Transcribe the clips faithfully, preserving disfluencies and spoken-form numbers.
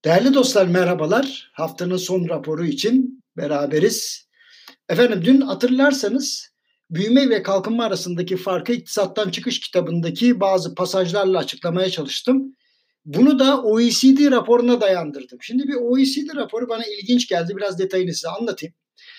Değerli dostlar merhabalar. Haftanın son raporu için beraberiz. Efendim dün hatırlarsanız büyüme ve kalkınma arasındaki farkı İktisattan Çıkış kitabındaki bazı pasajlarla açıklamaya çalıştım. Bunu da O E C D raporuna dayandırdım. Şimdi bir O E C D raporu bana ilginç geldi. Biraz detayını size anlatayım.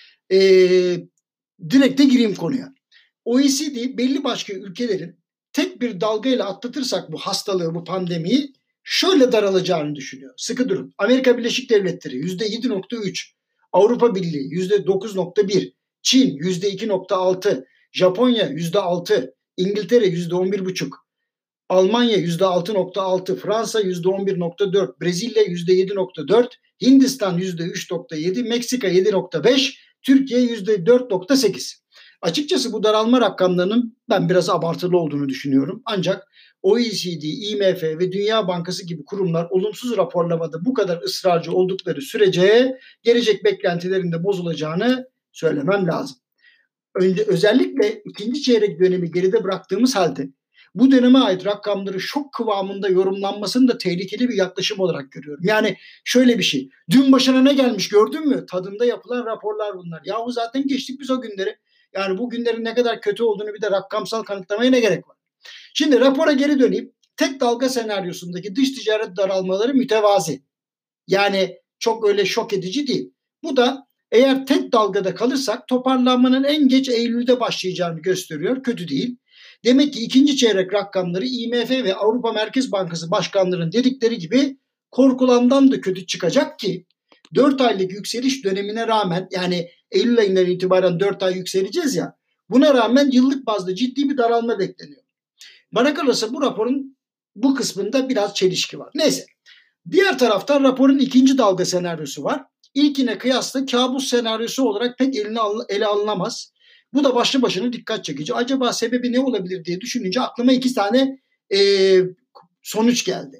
Ee, direkt de gireyim konuya. O E C D belli başka ülkelerin tek bir dalgayla atlatırsak bu hastalığı, bu pandemiyi şöyle daralacağını düşünüyor. Sıkı durun. Amerika Birleşik Devletleri yüzde yedi nokta üç, Avrupa Birliği yüzde dokuz nokta bir, Çin yüzde iki nokta altı, Japonya yüzde altı, İngiltere yüzde on bir nokta beş, Almanya yüzde altı nokta altı, Fransa yüzde on bir nokta dört, Brezilya yüzde yedi nokta dört, Hindistan yüzde üç nokta yedi, Meksika yedi nokta beş, Türkiye yüzde dört nokta sekiz. Açıkçası bu daralma rakamlarının ben biraz abartılı olduğunu düşünüyorum. Ancak O E C D, I M F ve Dünya Bankası gibi kurumlar olumsuz raporlamada bu kadar ısrarcı oldukları sürece gelecek beklentilerin de bozulacağını söylemem lazım. Önce, özellikle ikinci çeyrek dönemi geride bıraktığımız halde bu döneme ait rakamları şok kıvamında yorumlanmasını da tehlikeli bir yaklaşım olarak görüyorum. Yani şöyle bir şey, dün başına ne gelmiş gördün mü? Tadında yapılan raporlar bunlar. Yahu zaten geçtik biz o günleri. Yani bu günlerin ne kadar kötü olduğunu bir de rakamsal kanıtlamaya ne gerek var? Şimdi rapora geri döneyim. Tek dalga senaryosundaki dış ticaret daralmaları mütevazi. Yani çok öyle şok edici değil. Bu da eğer tek dalgada kalırsak toparlanmanın en geç Eylül'de başlayacağını gösteriyor. Kötü değil. Demek ki ikinci çeyrek rakamları I M F ve Avrupa Merkez Bankası başkanlarının dedikleri gibi korkulandan da kötü çıkacak ki dört aylık yükseliş dönemine rağmen, yani Eylül ayından itibaren dört ay yükseleceğiz ya, buna rağmen yıllık bazda ciddi bir daralma bekleniyor. Bana kalırsa bu raporun bu kısmında biraz çelişki var. Neyse. Diğer taraftan raporun ikinci dalga senaryosu var. İlkine kıyasla kabus senaryosu olarak pek eline al, ele alınamaz. Bu da başlı başına dikkat çekici. Acaba sebebi ne olabilir diye düşününce aklıma iki tane e, sonuç geldi.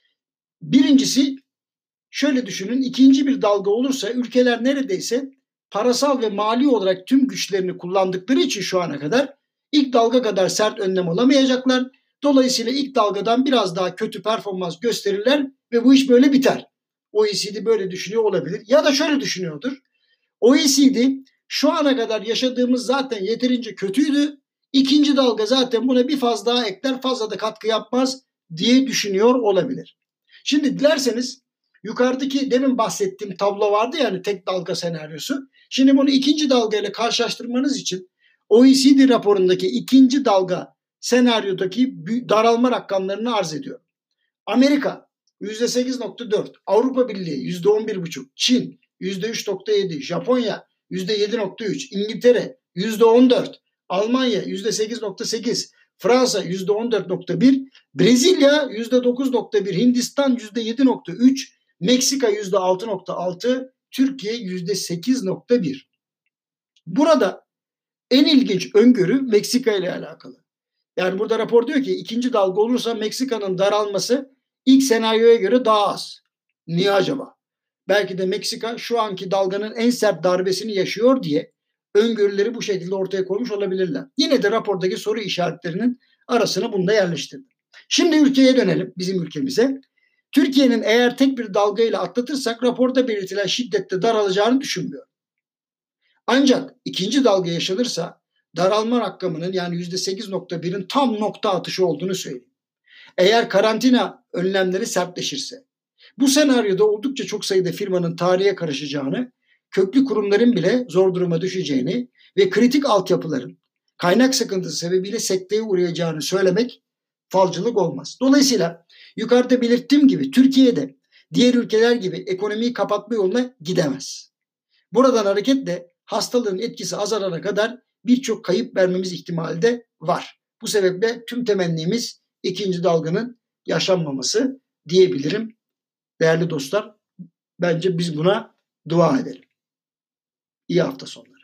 Birincisi, şöyle düşünün, ikinci bir dalga olursa ülkeler neredeyse parasal ve mali olarak tüm güçlerini kullandıkları için şu ana kadar ilk dalga kadar sert önlem alamayacaklar. Dolayısıyla ilk dalgadan biraz daha kötü performans gösterirler ve bu iş böyle biter. O E C D böyle düşünüyor olabilir. Ya da şöyle düşünüyordur. O E C D şu ana kadar yaşadığımız zaten yeterince kötüydü. İkinci dalga zaten buna bir fazla daha ekler, fazla da katkı yapmaz diye düşünüyor olabilir. Şimdi dilerseniz yukarıdaki demin bahsettiğim tablo vardı yani tek dalga senaryosu. Şimdi bunu ikinci dalga ile karşılaştırmanız için O E C D raporundaki ikinci dalga senaryodaki daralma rakamlarını arz ediyor. Amerika yüzde sekiz nokta dört, Avrupa Birliği yüzde on bir nokta beş, Çin yüzde üç nokta yedi, Japonya yüzde yedi nokta üç, İngiltere yüzde on dört, Almanya yüzde sekiz nokta sekiz, Fransa yüzde on dört nokta bir, Brezilya yüzde dokuz nokta bir, Hindistan yüzde yedi nokta üç, Meksika yüzde altı nokta altı, Türkiye yüzde sekiz nokta bir. Burada en ilginç öngörü Meksika ile alakalı. Yani burada rapor diyor ki ikinci dalga olursa Meksika'nın daralması ilk senaryoya göre daha az. Niye acaba? Belki de Meksika şu anki dalganın en sert darbesini yaşıyor diye öngörüleri bu şekilde ortaya koymuş olabilirler. Yine de rapordaki soru işaretlerinin arasına bunu da yerleştirdim. Şimdi ülkeye dönelim, bizim ülkemize. Türkiye'nin eğer tek bir dalgayla atlatırsak raporda belirtilen şiddette daralacağını düşünmüyorum. Ancak ikinci dalga yaşanırsa daralma rakamının yani yüzde sekiz nokta birin tam nokta atışı olduğunu söyleyeyim. Eğer karantina önlemleri sertleşirse, bu senaryoda oldukça çok sayıda firmanın tarihe karışacağını, köklü kurumların bile zor duruma düşeceğini ve kritik altyapıların kaynak sıkıntısı sebebiyle sekteye uğrayacağını söylemek falcılık olmaz. Dolayısıyla yukarıda belirttiğim gibi Türkiye'de diğer ülkeler gibi ekonomiyi kapatma yoluna gidemez. Buradan hareketle hastalığın etkisi azalana kadar birçok kayıp vermemiz ihtimali de var. Bu sebeple tüm temennimiz ikinci dalganın yaşanmaması diyebilirim. Değerli dostlar, bence biz buna dua edelim. İyi hafta sonları.